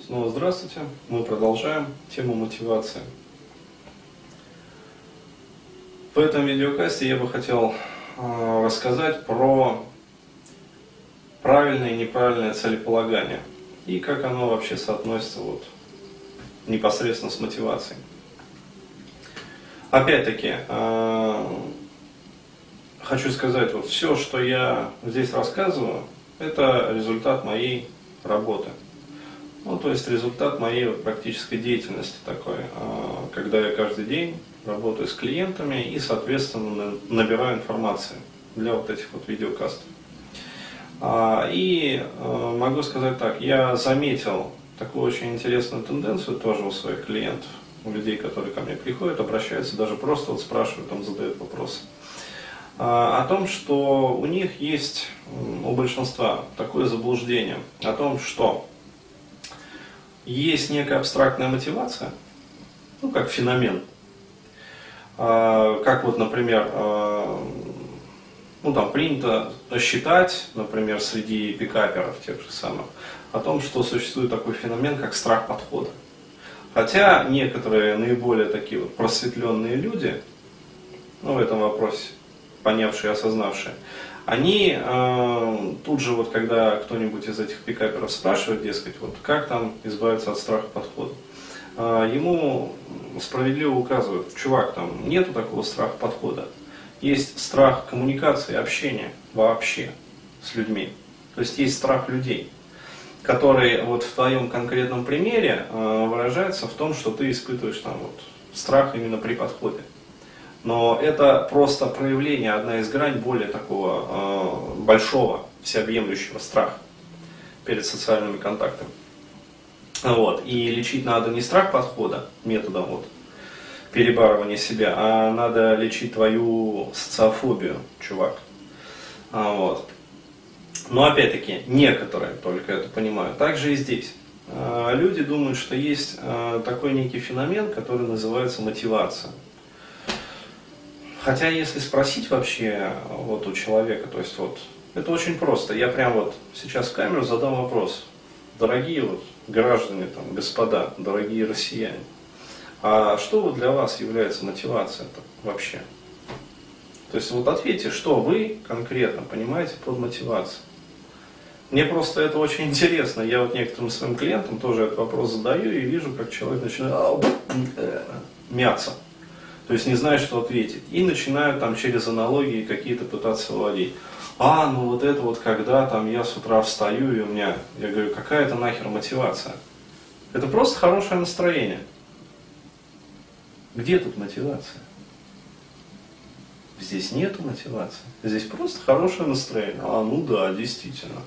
Снова здравствуйте. Мы продолжаем тему мотивации. В этом видеокасте я бы хотел рассказать про правильное и неправильное целеполагание и как оно вообще соотносится непосредственно с мотивацией. Опять-таки, хочу сказать, все, что я здесь рассказываю, это результат моей работы. То есть результат моей практической деятельности такой, когда я каждый день работаю с клиентами и, соответственно, набираю информации для этих видеокастов. И могу сказать так, я заметил такую очень интересную тенденцию тоже у своих клиентов, у людей, которые ко мне приходят, обращаются, даже просто спрашивают, задают вопросы. О том, что у них есть, у большинства, такое заблуждение, о том, что есть некая абстрактная мотивация, как феномен, как например, принято считать, например, среди пикаперов тех же самых, о том, что существует такой феномен, как страх подхода. Хотя некоторые наиболее такие просветленные люди, в этом вопросе, понявшие, осознавшие, они тут же, когда кто-нибудь из этих пикаперов спрашивает, дескать, как там избавиться от страха подхода, ему справедливо указывают: чувак, там нету такого страха подхода, есть страх коммуникации, общения вообще с людьми, то есть есть страх людей, который в твоем конкретном примере выражается в том, что ты испытываешь страх именно при подходе. Но это просто проявление, одна из граней более такого большого, всеобъемлющего страха перед социальными контактами. И лечить надо не страх подхода методом перебарывания себя, а надо лечить твою социофобию, чувак. Но опять-таки, некоторые только это понимают. Также и здесь. Люди думают, что есть такой некий феномен, который называется мотивация. Хотя, если спросить вообще у человека, то есть это очень просто. Я прям сейчас в камеру задам вопрос: дорогие граждане, господа, дорогие россияне, а что для вас является мотивацией-то вообще? То есть ответьте, что вы конкретно понимаете под мотивацией. Мне просто это очень интересно. Я некоторым своим клиентам тоже этот вопрос задаю и вижу, как человек начинает мяться. То есть не знает, что ответить. И начинают через аналогии какие-то пытаться выводить. Когда я с утра встаю, и у меня, я говорю, какая это нахер мотивация? Это просто хорошее настроение. Где тут мотивация? Здесь нету мотивации. Здесь просто хорошее настроение. Да, действительно.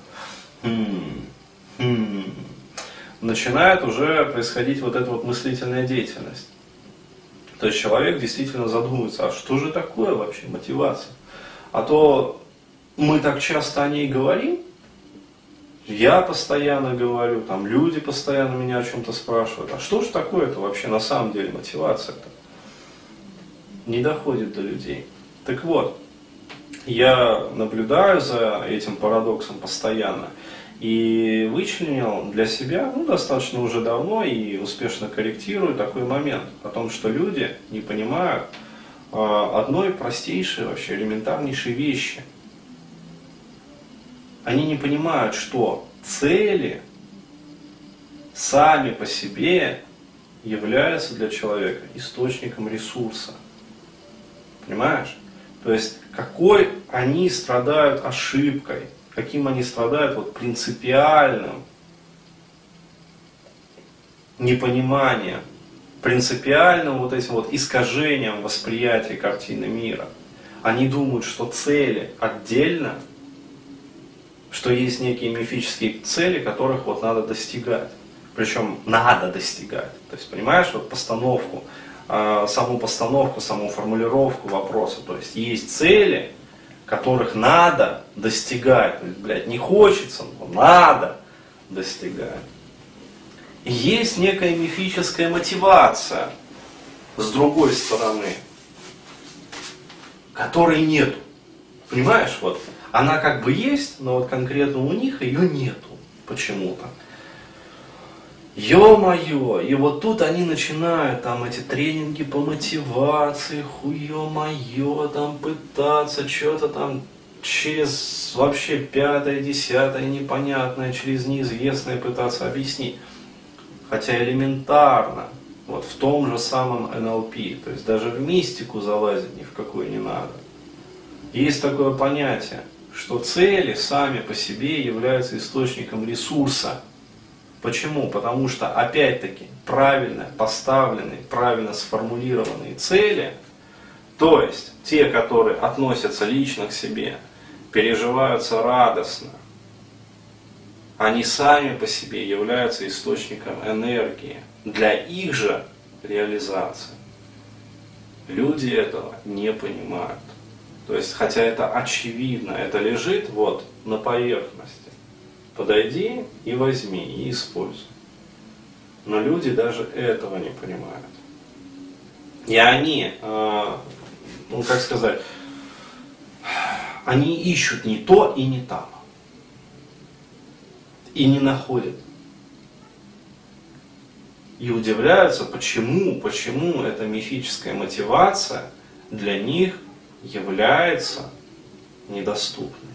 Начинает уже происходить эта мыслительная деятельность. То есть человек действительно задумывается, а что же такое вообще мотивация? А то мы так часто о ней говорим, я постоянно говорю, люди постоянно меня о чем-то спрашивают, а что же такое-то вообще на самом деле мотивация-то? Не доходит до людей. Так я наблюдаю за этим парадоксом постоянно и вычленил для себя, достаточно уже давно и успешно корректирую такой момент о том, что люди не понимают одной простейшей, вообще элементарнейшей вещи. Они не понимают, что цели сами по себе являются для человека источником ресурса. Понимаешь? То есть, какой они страдают ошибкой, каким они страдают принципиальным непониманием, принципиальным этим искажением восприятия картины мира. Они думают, что цели отдельно, что есть некие мифические цели, которых надо достигать. Причем надо достигать. То есть, понимаешь, постановку, саму постановку, саму формулировку вопроса. То есть, есть цели, которых надо достигать. То есть, не хочется, но надо достигать. И есть некая мифическая мотивация, с другой стороны, которой нету. Понимаешь, она есть, но конкретно у них ее нету почему-то. ё-моё, и вот тут они начинают там эти тренинги по мотивации, хуё-моё, там пытаться что-то там через вообще пятое, десятое, непонятное, через неизвестное пытаться объяснить. Хотя элементарно, вот в том же самом НЛП, то есть даже в мистику залазить ни в какую не надо. Есть такое понятие, что цели сами по себе являются источником ресурса. Почему? Потому что, опять-таки, правильно поставленные, правильно сформулированные цели, то есть те, которые относятся лично к себе, переживаются радостно, они сами по себе являются источником энергии для их же реализации. Люди этого не понимают. То есть, хотя это очевидно, это лежит вот на поверхности. Подойди и возьми, и используй. Но люди даже этого не понимают. И они, как сказать, они ищут не то и не там. И не находят. И удивляются, почему эта мифическая мотивация для них является недоступной.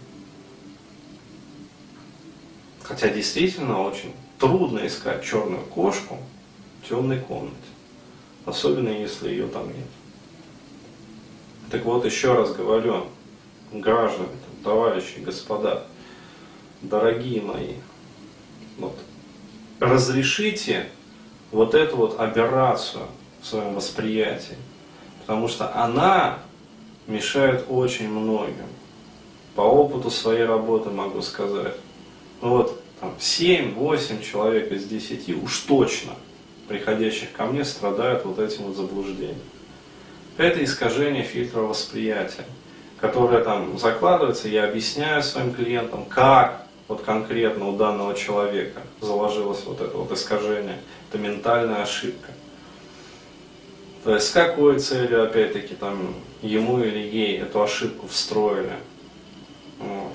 Хотя действительно очень трудно искать черную кошку в темной комнате. Особенно если ее там нет. Так вот, еще раз говорю, граждане, товарищи, господа, дорогие мои, вот, разрешите вот эту вот аберрацию в своем восприятии. Потому что она мешает очень многим. По опыту своей работы могу сказать. Вот там 7-8 человек из 10 уж точно, приходящих ко мне, страдают вот этим вот заблуждением. Это искажение фильтра восприятия, которое там закладывается, я объясняю своим клиентам, как вот конкретно у данного человека заложилось вот это вот искажение, это ментальная ошибка. То есть с какой целью, опять-таки, там ему или ей эту ошибку встроили. Вот.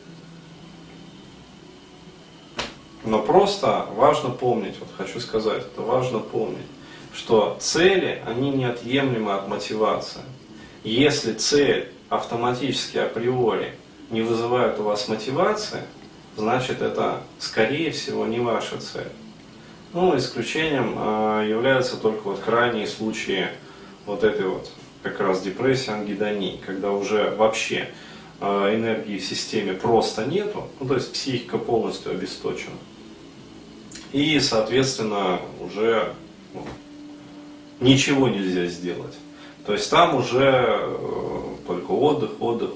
Но просто важно помнить, вот хочу сказать, это важно помнить, что цели, они неотъемлемы от мотивации. Если цель автоматически априори не вызывает у вас мотивации, значит это, скорее всего, не ваша цель. Ну, исключением являются только вот крайние случаи вот этой вот как раз депрессии, ангидонии, когда уже вообще энергии в системе просто нету, ну, то есть психика полностью обесточена. И, соответственно, уже ничего нельзя сделать. То есть там уже только отдых.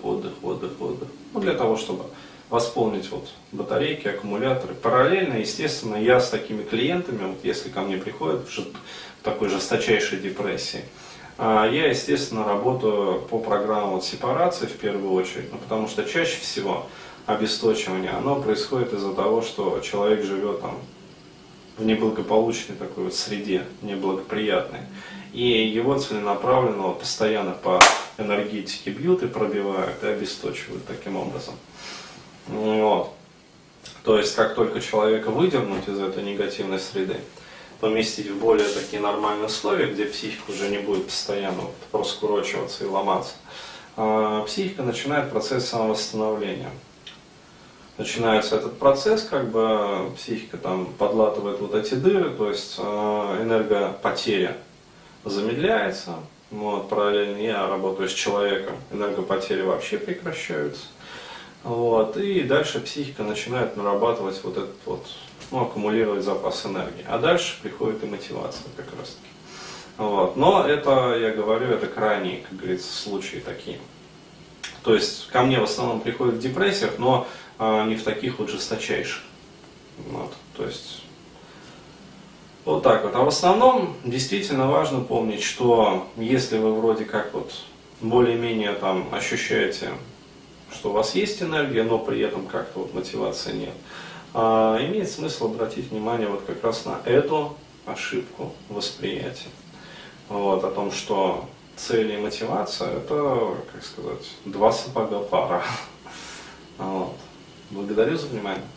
Ну, для того, чтобы восполнить вот батарейки, аккумуляторы. Параллельно, естественно, я с такими клиентами, вот если ко мне приходят в такой жесточайшей депрессии, я, естественно, работаю по программам вот сепарации в первую очередь, ну, потому что чаще всего обесточивание, оно происходит из-за того, что человек живет там в неблагополучной такой вот среде, неблагоприятной. И его целенаправленно постоянно по энергетике бьют и пробивают, и обесточивают таким образом. Вот. То есть, как только человека выдернуть из этой негативной среды, поместить в более такие нормальные условия, где психика уже не будет постоянно раскурочиваться и ломаться, психика начинает процесс самовосстановления. Начинается этот процесс, как бы психика там подлатывает вот эти дыры, то есть энергопотеря замедляется. Вот, параллельно я работаю с человеком, энергопотери вообще прекращаются. Вот, и дальше психика начинает нарабатывать вот этот вот, аккумулировать запас энергии. А дальше приходит и мотивация как раз таки. Вот. Но это, я говорю, это крайние, как говорится, случаи такие. То есть ко мне в основном приходят в депрессиях, но не в таких вот жесточайших. Вот. То есть вот так вот. А в основном действительно важно помнить, что если вы вроде как вот более-менее там ощущаете, что у вас есть энергия, но при этом как-то вот мотивации нет, имеет смысл обратить внимание вот как раз на эту ошибку восприятия. Вот, о том, что цель и мотивация это, как сказать, два сапога пара. Вот. Благодарю за внимание.